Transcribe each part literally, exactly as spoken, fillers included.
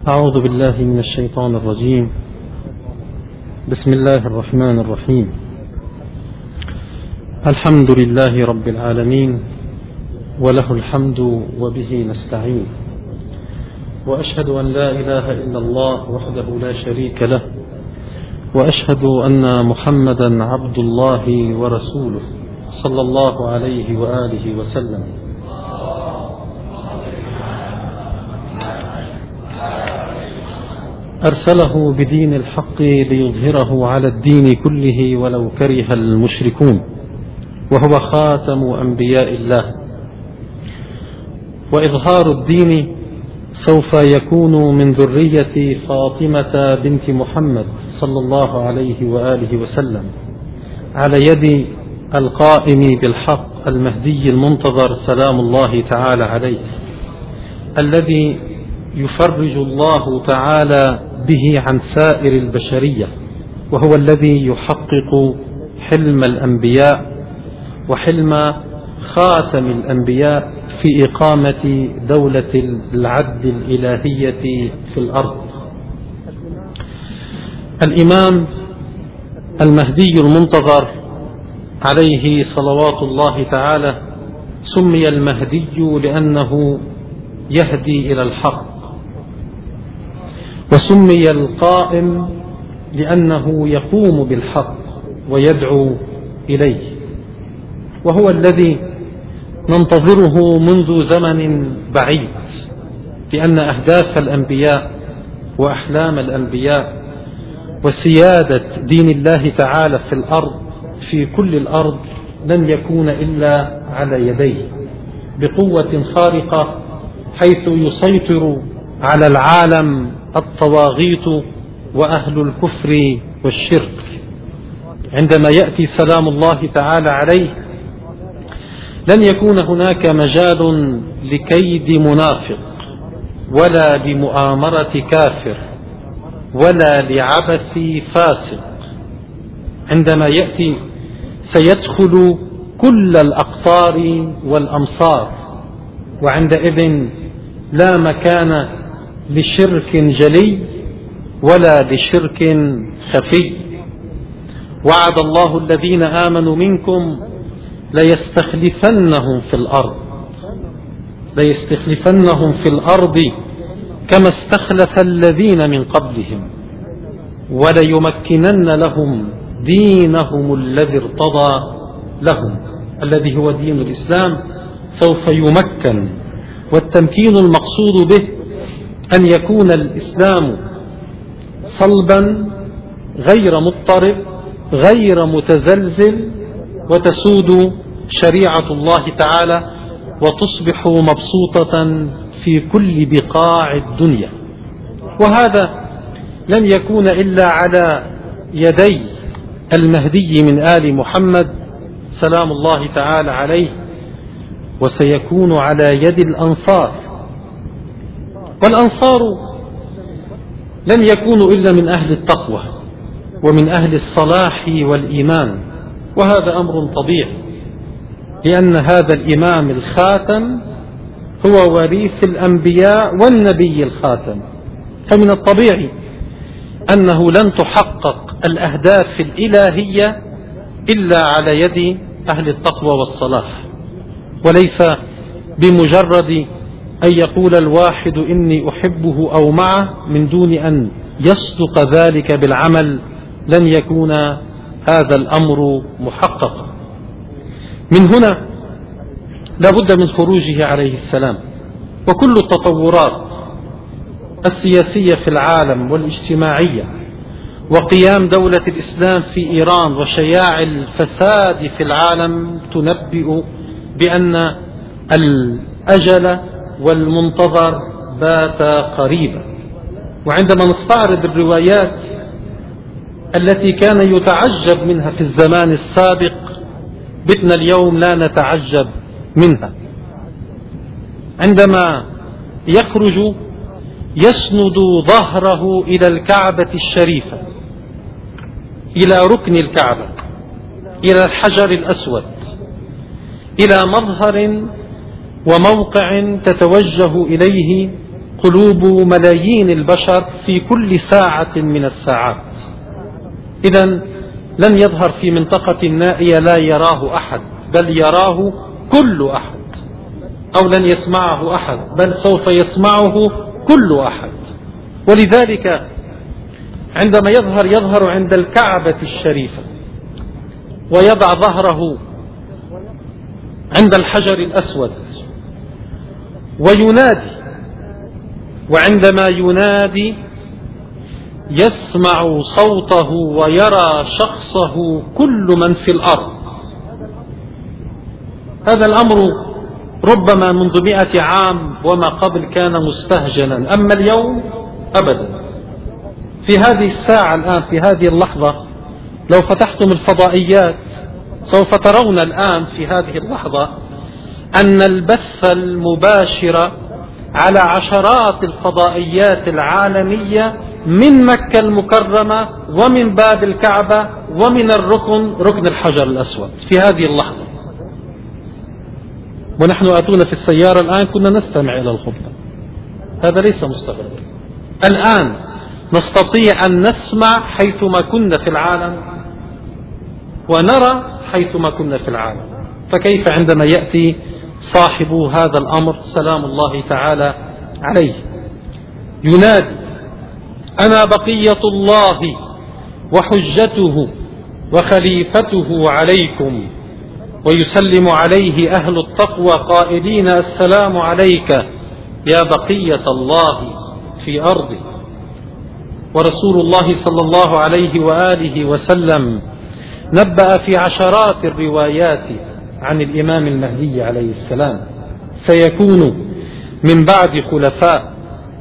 أعوذ بالله من الشيطان الرجيم. بسم الله الرحمن الرحيم. الحمد لله رب العالمين، وله الحمد وبه نستعين، وأشهد أن لا إله إلا الله وحده لا شريك له، وأشهد أن محمدا عبد الله ورسوله صلى الله عليه وآله وسلم. أرسله بدين الحق ليظهره على الدين كله ولو كره المشركون، وهو خاتم أنبياء الله. وإظهار الدين سوف يكون من ذرية فاطمة بنت محمد صلى الله عليه وآله وسلم، على يد القائم بالحق المهدي المنتظر سلام الله تعالى عليه، الذي يفرج الله تعالى به عن سائر البشرية، وهو الذي يحقق حلم الأنبياء وحلم خاتم الأنبياء في إقامة دولة العدل الإلهية في الأرض. الإمام المهدي المنتظر عليه صلوات الله تعالى سمي المهدي لأنه يهدي إلى الحق، وسمي القائم لأنه يقوم بالحق ويدعو إليه، وهو الذي ننتظره منذ زمن بعيد، لأن أهداف الأنبياء وأحلام الأنبياء وسيادة دين الله تعالى في الأرض في كل الأرض لن يكون إلا على يديه بقوة خارقة، حيث يسيطر على العالم الطواغيت وأهل الكفر والشرك. عندما يأتي سلام الله تعالى عليه لن يكون هناك مجال لكيد منافق، ولا لمؤامرة كافر، ولا لعبث فاسق. عندما يأتي سيدخل كل الأقطار والأمصار، وعندئذ لا مكان لشرك جلي ولا لشرك خفي. وعد الله الذين آمنوا منكم ليستخلفنهم في الأرض ليستخلفنهم في الأرض كما استخلف الذين من قبلهم، وليمكنن لهم دينهم الذي ارتضى لهم، الذي هو دين الإسلام. سوف يمكن، والتمكين المقصود به أن يكون الإسلام صلبا غير مضطرب غير متزلزل، وتسود شريعة الله تعالى وتصبح مبسوطة في كل بقاع الدنيا. وهذا لن يكون إلا على يدي المهدي من آل محمد سلام الله تعالى عليه، وسيكون على يد الأنصار. والأنصار لن يكونوا إلا من أهل التقوى ومن أهل الصلاح والإيمان، وهذا أمر طبيعي، لأن هذا الإمام الخاتم هو وريث الأنبياء والنبي الخاتم، فمن الطبيعي أنه لن تحقق الأهداف الإلهية إلا على يد أهل التقوى والصلاح، وليس بمجرد أن يقول الواحد إني أحبه أو معه من دون أن يصدق ذلك بالعمل، لن يكون هذا الأمر محققا. من هنا لا بد من خروجه عليه السلام، وكل التطورات السياسية في العالم والاجتماعية وقيام دولة الإسلام في إيران وشياع الفساد في العالم تنبئ بأن الأجل والمنتظر بات قريبا. وعندما نستعرض الروايات التي كان يتعجب منها في الزمان السابق، بتنا اليوم لا نتعجب منها. عندما يخرج يسند ظهره إلى الكعبة الشريفة، إلى ركن الكعبة، إلى الحجر الأسود، إلى مظهر وموقع تتوجه إليه قلوب ملايين البشر في كل ساعة من الساعات. إذا لن يظهر في منطقة نائية لا يراه أحد، بل يراه كل أحد، أو لن يسمعه أحد بل سوف يسمعه كل أحد. ولذلك عندما يظهر يظهر عند الكعبة الشريفة، ويضع ظهره عند الحجر الأسود وينادي، وعندما ينادي يسمع صوته ويرى شخصه كل من في الأرض. هذا الأمر ربما منذ مئة عام وما قبل كان مستهجنا، أما اليوم أبدا. في هذه الساعة الآن، في هذه اللحظة، لو فتحتم الفضائيات سوف ترون الآن في هذه اللحظة أن البث المباشر على عشرات الفضائيات العالمية من مكة المكرمة ومن باب الكعبة ومن الركن ركن الحجر الأسود في هذه اللحظة. ونحن آتونا في السيارة الآن كنا نستمع إلى الخطبة، هذا ليس مستغرب. الآن نستطيع أن نسمع حيثما كنا في العالم ونرى حيثما كنا في العالم، فكيف عندما يأتي صاحب هذا الأمر سلام الله تعالى عليه ينادي: أنا بقية الله وحجته وخليفته عليكم، ويسلم عليه أهل التقوى قائلين: السلام عليك يا بقية الله في أرضه. ورسول الله صلى الله عليه وآله وسلم نبأ في عشرات الروايات عن الإمام المهدي عليه السلام: سيكون من بعد خلفاء،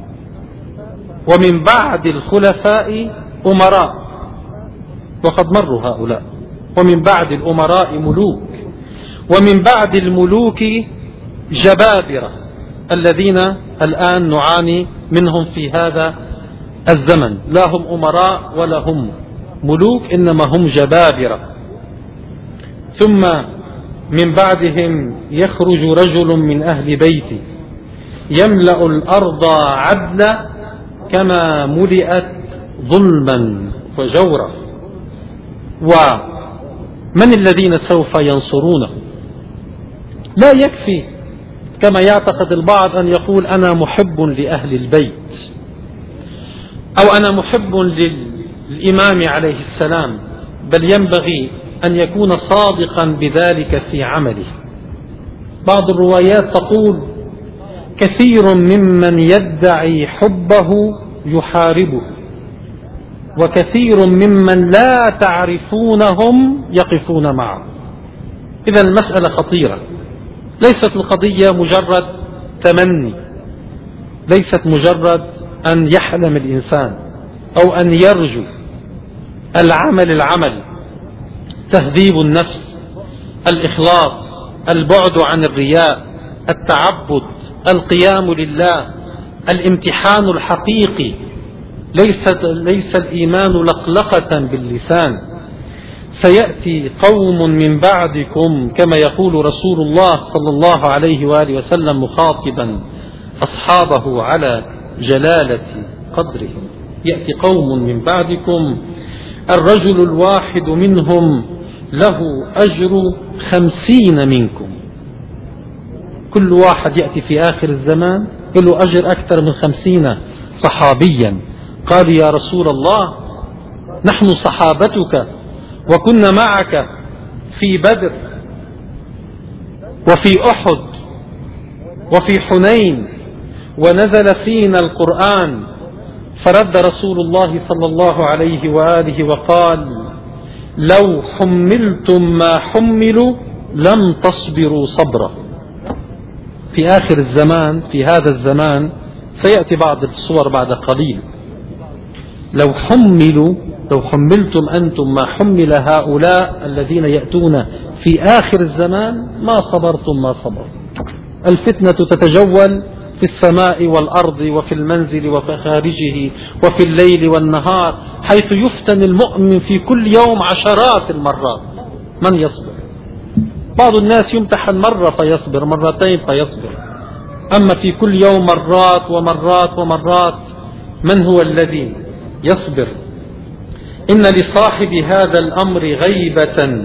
ومن بعد الخلفاء أمراء، وقد مروا هؤلاء، ومن بعد الأمراء ملوك، ومن بعد الملوك جبابرة الذين الآن نعاني منهم في هذا الزمن، لا هم أمراء ولا هم ملوك، إنما هم جبابرة. ثم من بعدهم يخرج رجل من أهل بيتي يملأ الأرض عدلا كما ملئت ظلما وجورا. ومن الذين سوف ينصرونه؟ لا يكفي كما يعتقد البعض أن يقول أنا محب لأهل البيت، أو أنا محب للإمام عليه السلام، بل ينبغي أن يكون صادقا بذلك في عمله. بعض الروايات تقول: كثير ممن يدعي حبه يحاربه، وكثير ممن لا تعرفونهم يقفون معه. إذا المسألة خطيرة، ليست القضية مجرد تمني، ليست مجرد أن يحلم الإنسان أو أن يرجو. العمل العمل، تهذيب النفس، الإخلاص، البعد عن الرياء، التعبد، القيام لله، الامتحان الحقيقي. ليس, ليس الإيمان لقلقة باللسان. سيأتي قوم من بعدكم كما يقول رسول الله صلى الله عليه وآله وسلم مخاطبا أصحابه على جلالة قدره: يأتي قوم من بعدكم الرجل الواحد منهم له أجر خمسين منكم. كل واحد يأتي في آخر الزمان له أجر أكثر من خمسين صحابيا. قالوا: يا رسول الله، نحن صحابتك وكنا معك في بدر وفي أحد وفي حنين ونزل فينا القرآن. فرد رسول الله صلى الله عليه وآله وقال: لو حملتم ما حملوا لم تصبروا صبرا. في آخر الزمان، في هذا الزمان سيأتي بعض الصور بعد قليل. لو حملوا لو حملتم أنتم ما حمل هؤلاء الذين يأتون في آخر الزمان ما صبرتم ما صبر. الفتنة تتجول في السماء والأرض وفي المنزل وفي خارجه وفي الليل والنهار، حيث يفتن المؤمن في كل يوم عشرات المرات. من يصبر؟ بعض الناس يمتحن مرة فيصبر، مرتين فيصبر، أما في كل يوم مرات ومرات ومرات، من هو الذي يصبر؟ إن لصاحب هذا الأمر غيبة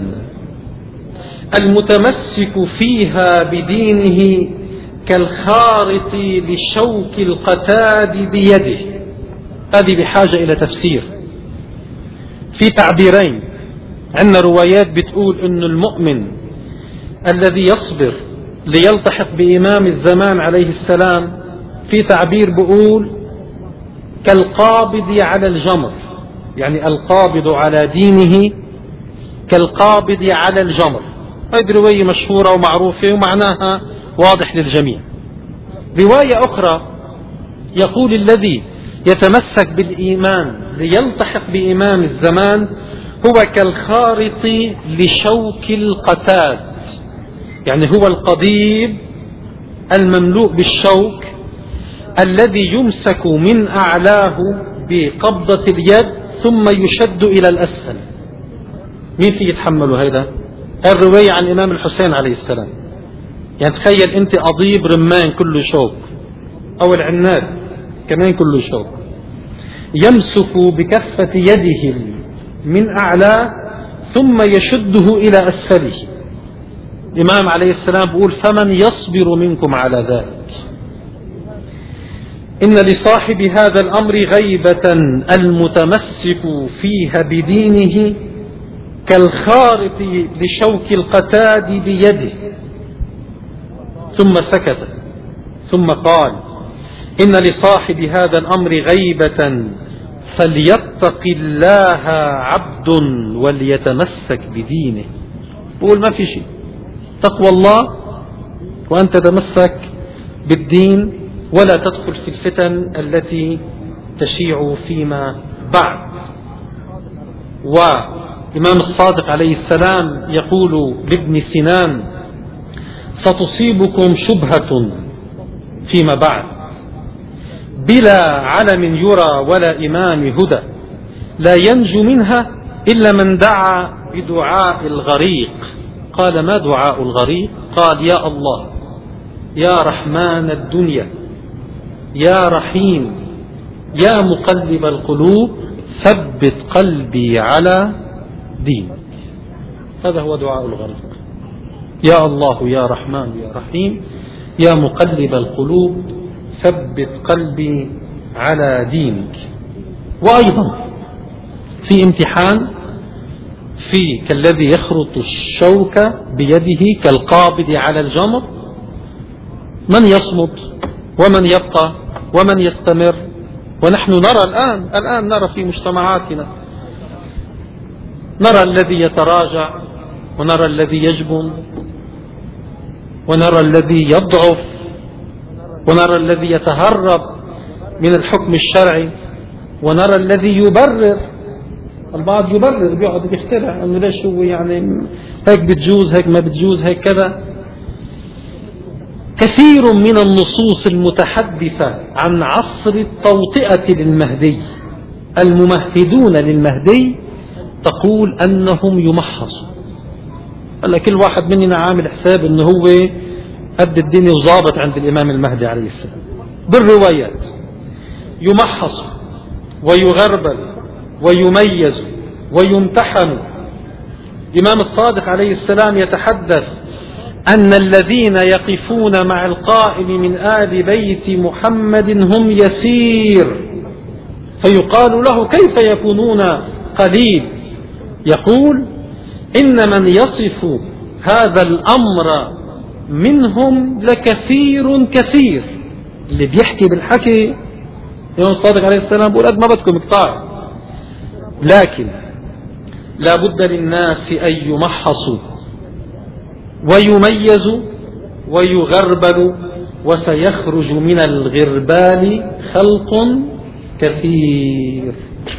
المتمسك فيها بدينه كالخارط لشوك القتاد بيده. هذه بحاجة إلى تفسير. في تعبيرين، عندنا روايات بتقول أن المؤمن الذي يصبر ليلتحق بإمام الزمان عليه السلام، في تعبير بقول كالقابض على الجمر، يعني القابض على دينه كالقابض على الجمر. هذه رواية مشهورة ومعروفة ومعناها واضح للجميع. رواية أخرى يقول الذي يتمسك بالإيمان ليلتحق بإمام الزمان هو كالخارط لشوك القتاد، يعني هو القضيب المملوء بالشوك الذي يمسك من أعلاه بقبضة اليد ثم يشد إلى الأسفل. مين في يتحمله هذا؟ الرواية عن الإمام الحسين عليه السلام. يعني تخيل أنت قضيب رمان كله شوك، أو العناد كمان كله شوك، يمسك بكفة يده من أعلاه ثم يشده إلى أسفله. الإمام عليه السلام بيقول فمن يصبر منكم على ذلك. إن لصاحب هذا الأمر غيبة المتمسك فيها بدينه كالخارط لشوك القتاد بيده. ثم سكت ثم قال إن لصاحب هذا الأمر غيبة فليتق الله عبد وليتمسك بدينه. بقول ما في شيء، تقوى الله وأن تتمسك بالدين ولا تدخل في الفتن التي تشيع فيما بعد. وإمام الصادق عليه السلام يقول لابن سنان ستصيبكم شبهة فيما بعد بلا علم يرى ولا إمام هدى لا ينجو منها إلا من دعا بدعاء الغريق. قال ما دعاء الغريق؟ قال يا الله يا رحمن الدنيا يا رحيم يا مقلب القلوب ثبت قلبي على دينك. هذا هو دعاء الغريق. يا الله يا رحمن يا رحيم يا مقلب القلوب ثبت قلبي على دينك. وأيضا في امتحان في كالذي يخرط الشوك بيده كالقابض على الجمر، من يصمد ومن يبقى ومن يستمر. ونحن نرى الآن الآن نرى في مجتمعاتنا، نرى الذي يتراجع ونرى الذي يجبن ونرى الذي يضعف ونرى الذي يتهرب من الحكم الشرعي ونرى الذي يبرر. البعض يبرر بيقعد بيخترع انه ليش هو يعني هيك بتجوز هيك ما بتجوز هيك كذا. كثير من النصوص المتحدثة عن عصر التوطئة للمهدي، الممهدون للمهدي تقول أنهم يمحصوا. هلا كل واحد مننا عامل حساب أنه هو قد الدنيا وظابط عند الإمام المهدي عليه السلام. بالروايات يمحص ويغربل ويميز ويمتحن. الإمام الصادق عليه السلام يتحدث أن الذين يقفون مع القائم من آل بيت محمد هم يسير، فيقال له كيف يكونون قليل؟ يقول إن من يصف هذا الأمر منهم لكثير كثير. اللي بيحكي بالحكي الإمام الصادق عليه السلام بيقول قد ما بدكم اقطاع، لكن لا بد للناس أن يمحصوا ويميزوا ويغربلوا، وسيخرج من الغربال خلق كثير.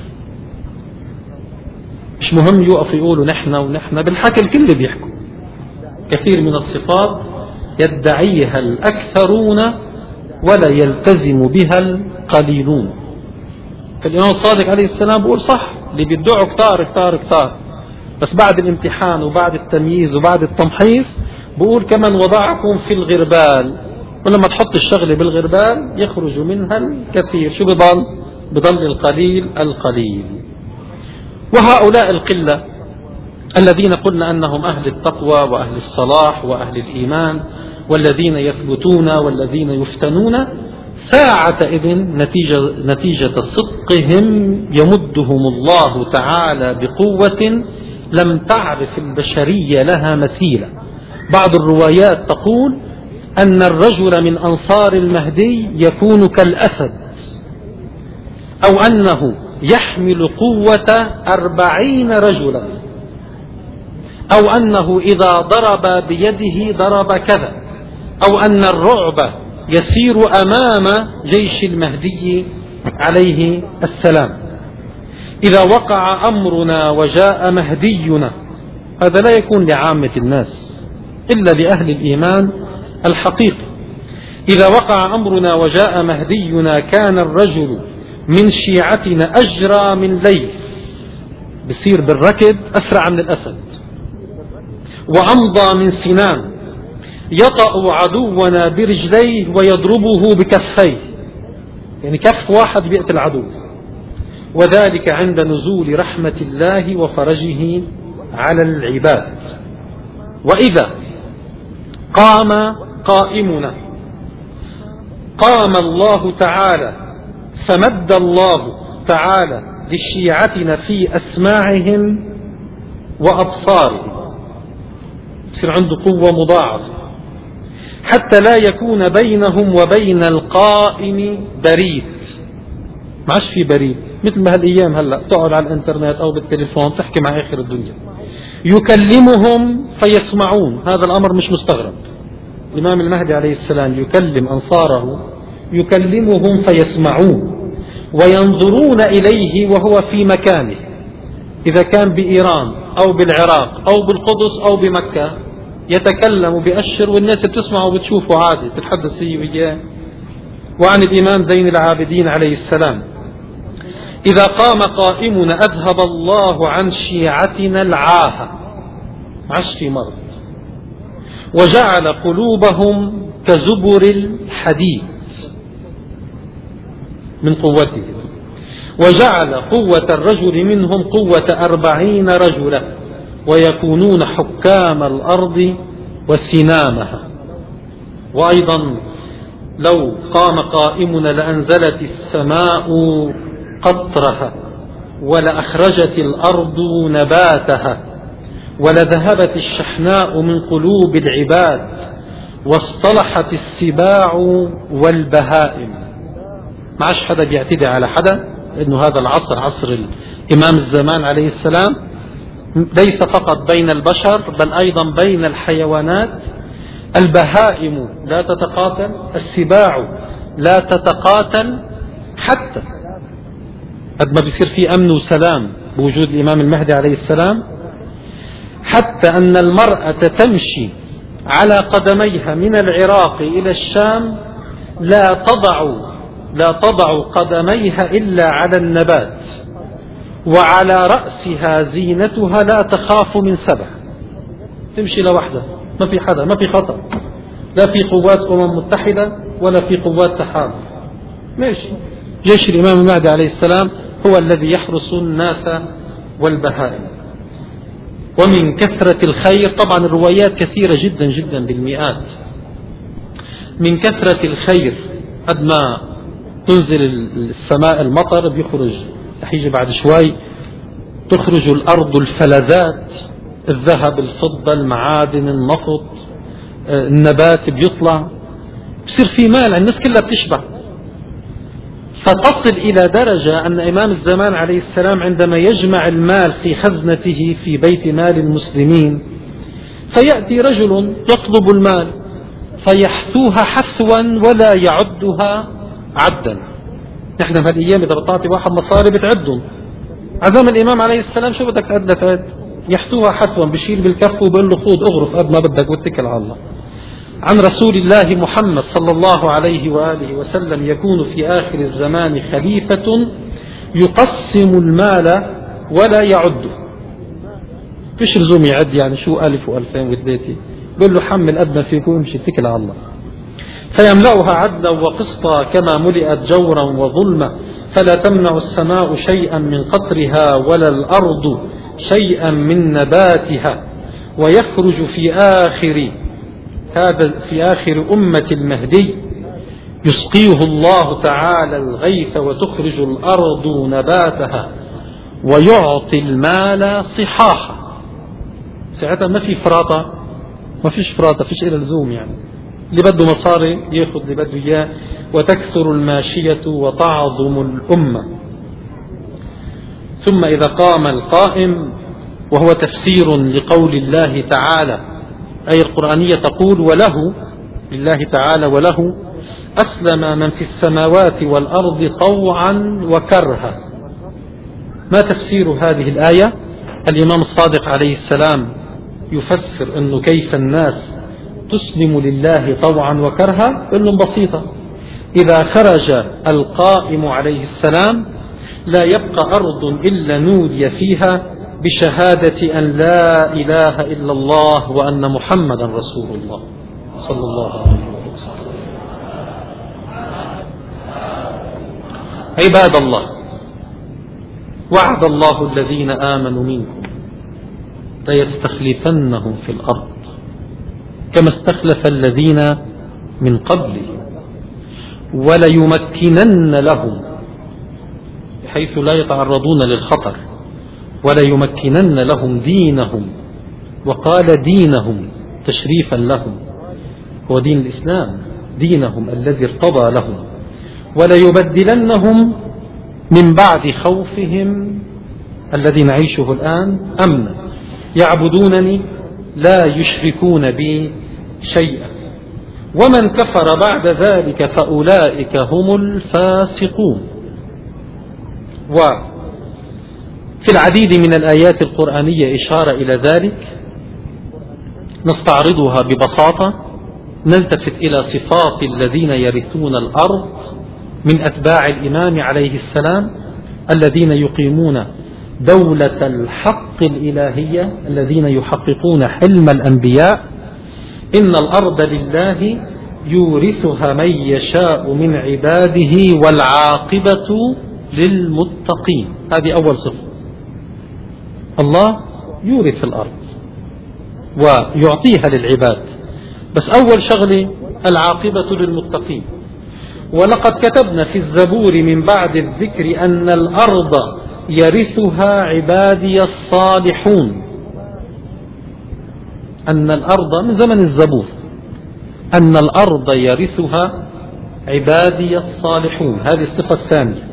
مش مهم يقف يقولوا نحن ونحن، بالحكي الكل بيحكوا. كثير من الصفات يدعيها الأكثرون ولا يلتزم بها القليلون. فالإمام الصادق عليه السلام بيقول صح، اللي بيدعوا كتار كتار كتار، بس بعد الامتحان وبعد التمييز وبعد التمحيص بقول كمن وضعكم في الغربال ولما تحط الشغلة بالغربال يخرج منها الكثير، شو بضل؟ بضل القليل القليل. وهؤلاء القلة الذين قلنا أنهم أهل التقوى وأهل الصلاح وأهل الإيمان والذين يثبتون والذين يفتنون، ساعة إذن نتيجة, نتيجة صدقهم يمدهم الله تعالى بقوة لم تعرف البشرية لها مثيلا. بعض الروايات تقول أن الرجل من أنصار المهدي يكون كالأسد، أو أنه يحمل قوة أربعين رجلا، أو أنه إذا ضرب بيده ضرب كذا، أو أن الرعب يسير أمام جيش المهدي عليه السلام. إذا وقع أمرنا وجاء مهدينا، هذا لا يكون لعامة الناس إلا لأهل الإيمان الحقيقي. إذا وقع أمرنا وجاء مهدينا كان الرجل من شيعتنا أجرى من ليل، بصير بالركض أسرع من الأسد، وأمضى من سنان، يطأ عدونا برجليه ويضربه بكفيه، يعني كف واحد بيقتل عدو، وذلك عند نزول رحمة الله وفرجه على العباد. وإذا قام قائمنا قام الله تعالى، فمد الله تعالى لشيعتنا في أسماعهم وأبصارهم، يصير عنده قوة مضاعفة حتى لا يكون بينهم وبين القائم بريد. ما عادش في بريد، مثل ما هالأيام هلأ تقعد على الانترنت أو بالتليفون تحكي مع آخر الدنيا، يكلمهم فيسمعون. هذا الأمر مش مستغرب، الإمام المهدي عليه السلام يكلم أنصاره، يكلمهم فيسمعون وينظرون إليه وهو في مكانه، إذا كان بإيران أو بالعراق أو بالقدس أو بمكة يتكلم وبيأشر والناس بتسمع وبتشوفه عادي، تتحدث هي وياه. وعن الإمام زين العابدين عليه السلام: إذا قام قائمنا أذهب الله عن شيعتنا العاهة، عاش في مرض، وجعل قلوبهم كزبر الحديد من قوته، وجعل قوة الرجل منهم قوة أربعين رجلا، ويكونون حكام الأرض وسنامها. وأيضا لو قام قائمنا لأنزلت السماء قطرها، ولأخرجت الأرض نباتها، ولذهبت الشحناء من قلوب العباد، واصطلحت السباع والبهائم. ما عادش حدا بيعتدي على حدا، لأنه هذا العصر عصر الإمام الزمان عليه السلام، ليس فقط بين البشر بل أيضا بين الحيوانات. البهائم لا تتقاتل، السباع لا تتقاتل، حتى قد ما بيصير في أمن وسلام بوجود الإمام المهدي عليه السلام، حتى أن المرأة تمشي على قدميها من العراق إلى الشام لا تضع لا تضع قدميها إلا على النبات، وعلى رأسها زينتها لا تخاف من سبع، تمشي لوحدها، ما في حدا، ما في خطر، لا في قوات أمم متحدة ولا في قوات تحالف، ماشي. جيش الإمام المهدي عليه السلام هو الذي يحرس الناس والبهائم. ومن كثرة الخير، طبعا الروايات كثيرة جدا جدا بالمئات، من كثرة الخير قد ما تنزل السماء المطر بيخرج، تحيجي بعد شوي تخرج الأرض الفلذات، الذهب، الفضة، المعادن، النفط، النبات بيطلع، بصير في مال، الناس كلها بتشبع. فتصل إلى درجة أن إمام الزمان عليه السلام عندما يجمع المال في خزنته في بيت مال المسلمين، فيأتي رجل يطلب المال فيحثوها حثوا ولا يعدها عدا. نحن في هالأيام إذا بتعطي واحد مصاري بتعدهم، عزام الإمام عليه السلام شو بدك تعد لتعد؟ يحثوها حثوا، بشيل بالكف وبقول له خذ اغرف قد ما بدك واتكل على الله. عن رسول الله محمد صلى الله عليه وآله وسلم: يكون في آخر الزمان خليفة يقسم المال ولا يعده. فيش لزوم يعد، يعني شو ألف وألفين وثلاثة، بقول له حمل قد ما فيك وامشي اتكل على الله. فيملأها عدلا وقسطا كما ملئت جورا وظلما، فلا تمنع السماء شيئا من قطرها ولا الأرض شيئا من نباتها. ويخرج في آخر هذا في آخر أمة المهدي يسقيه الله تعالى الغيث وتخرج الأرض نباتها ويعطي المال صحاحا. ساعتها ما في فراطة، ما فيش فراطة، فيش إلى لزوم، يعني اللي بده مصاري ياخذ اللي بده إياه، وتكثر الماشية وتعظم الأمة. ثم إذا قام القائم، وهو تفسير لقول الله تعالى، أي القرآنية تقول وله، لله تعالى وله أسلم من في السماوات والأرض طوعا وكرها. ما تفسير هذه الآية؟ الإمام الصادق عليه السلام يفسر أنه كيف الناس تسلم لله طوعا وكرها. إنه بسيطة، إذا خرج القائم عليه السلام لا يبقى أرض إلا نودي فيها بشهادة أن لا إله إلا الله وأن محمدا رسول الله صلى الله عليه وسلم. عباد الله، وعد الله الذين آمنوا منكم ليستخلفنهم في الأرض كما استخلف الذين من قبلهم وليمكنن لهم، حيث لا يتعرضون للخطر، وليمكنن لهم دينهم، وقال دينهم تشريفا لهم، هو دين الإسلام، دينهم الذي ارتضى لهم، وليبدلنهم من بعد خوفهم الذي نعيشه الآن أمنا، يعبدونني لا يشركون بي شيئا، ومن كفر بعد ذلك فأولئك هم الفاسقون. وفي العديد من الآيات القرآنية إشارة إلى ذلك، نستعرضها ببساطة. نلتفت إلى صفات الذين يرثون الأرض من أتباع الإمام عليه السلام، الذين يقيمون دولة الحق الإلهية، الذين يحققون حلم الأنبياء. إن الأرض لله يورثها من يشاء من عباده والعاقبة للمتقين. هذه أول صفة، الله يورث الأرض ويعطيها للعباد، بس أول شغلة العاقبة للمتقين. ولقد كتبنا في الزبور من بعد الذكر أن الأرض يرثها عبادي الصالحون. أن الأرض من زمن الزبور، أن الأرض يرثها عبادي الصالحون، هذه الصفة الثانية.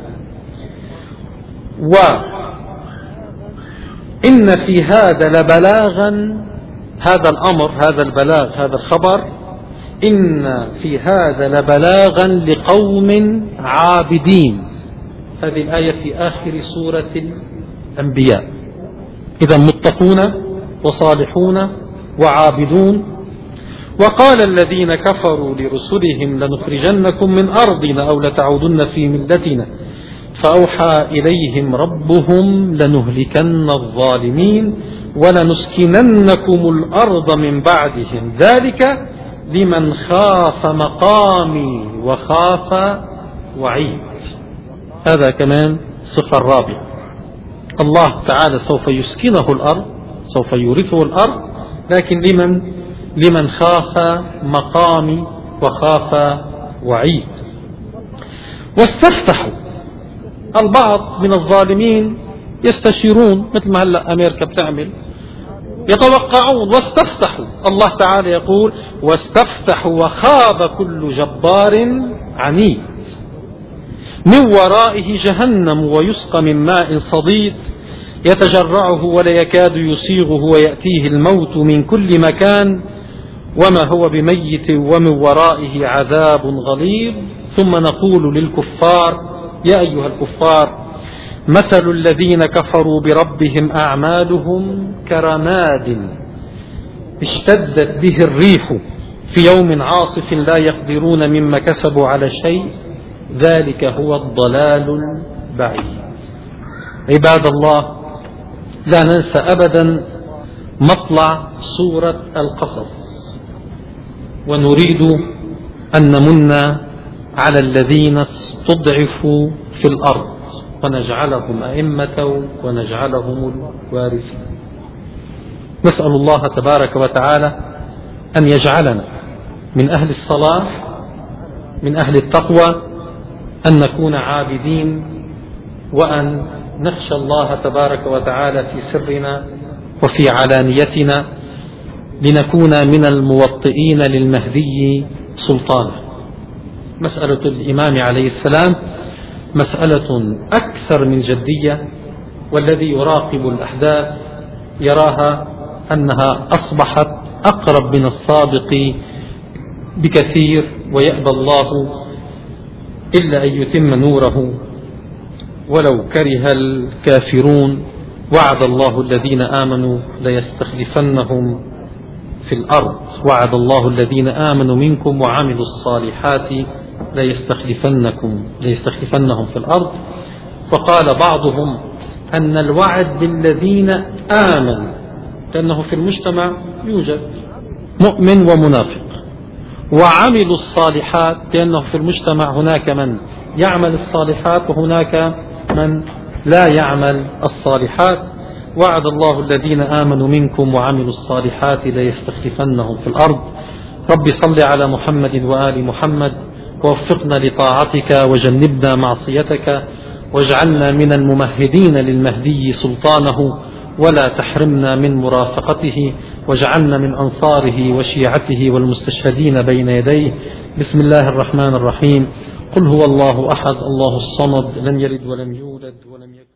وإن في هذا لبلاغا، هذا الأمر، هذا البلاغ، هذا الخبر، إن في هذا لبلاغا لقوم عابدين. هذه الآية في آخر سورة الأنبياء. إذا متقون وصالحون وعابدون. وقال الذين كفروا لرسلهم لنخرجنكم من أرضنا أو لتعودن في ملتنا فأوحى إليهم ربهم لنهلكن الظالمين ولنسكننكم الأرض من بعدهم ذلك لمن خاف مقامي وخاف وعيد. هذا كمان صفة رابعة. الله تعالى سوف يسكنه الأرض، سوف يورثه الأرض، لكن لمن لمن خاف مقامي وخاف وعيد. واستفتحوا، البعض من الظالمين يستشيرون مثل ما هلأ أمريكا بتعمل، يتوقعون. واستفتحوا، الله تعالى يقول واستفتحوا وخاب كل جبار عنيد من ورائه جهنم ويسقى من ماء صديد يتجرعه ولا يكاد يسيغه ويأتيه الموت من كل مكان وما هو بميت ومن ورائه عذاب غليظ. ثم نقول للكفار يا أيها الكفار مثل الذين كفروا بربهم أعمالهم كرماد اشتدت به الريح في يوم عاصف لا يقدرون مما كسبوا على شيء ذلك هو الضلال البعيد. عباد الله، لا ننسى أبدا مطلع سورة القصص، ونريد أن نمن على الذين استضعفوا في الأرض ونجعلهم أئمة ونجعلهم الوارثين. نسأل الله تبارك وتعالى أن يجعلنا من أهل الصلاح، من أهل التقوى، أن نكون عابدين، وأن نخشى الله تبارك وتعالى في سرنا وفي علانيتنا، لنكون من الموطئين للمهدي سلطانه. مسألة الإمام عليه السلام مسألة أكثر من جدية، والذي يراقب الأحداث يراها أنها أصبحت أقرب من السابق بكثير، ويأبى الله إلا أن يتم نوره ولو كره الكافرون. وعد الله الذين آمنوا ليستخلفنهم في الأرض، وعد الله الذين آمنوا منكم وعملوا الصالحات ليستخلفنكم ليستخلفنهم في الأرض. وقال بعضهم أن الوعد بالذين آمنوا، لأنه في المجتمع يوجد مؤمن ومنافق، وعملوا الصالحات لأنه في المجتمع هناك من يعمل الصالحات وهناك من لا يعمل الصالحات. وعد الله الذين آمنوا منكم وعملوا الصالحات ليستخلفنهم في الأرض. رب صل على محمد وآل محمد، ووفقنا لطاعتك وجنبنا معصيتك، واجعلنا من الممهدين للمهدي سلطانه، ولا تحرمنا من مرافقته، واجعلنا من أنصاره وشيعته والمستشهدين بين يديه. بسم الله الرحمن الرحيم. قل هو الله أحد الله الصمد، لم يلد ولم يولد ولم يكن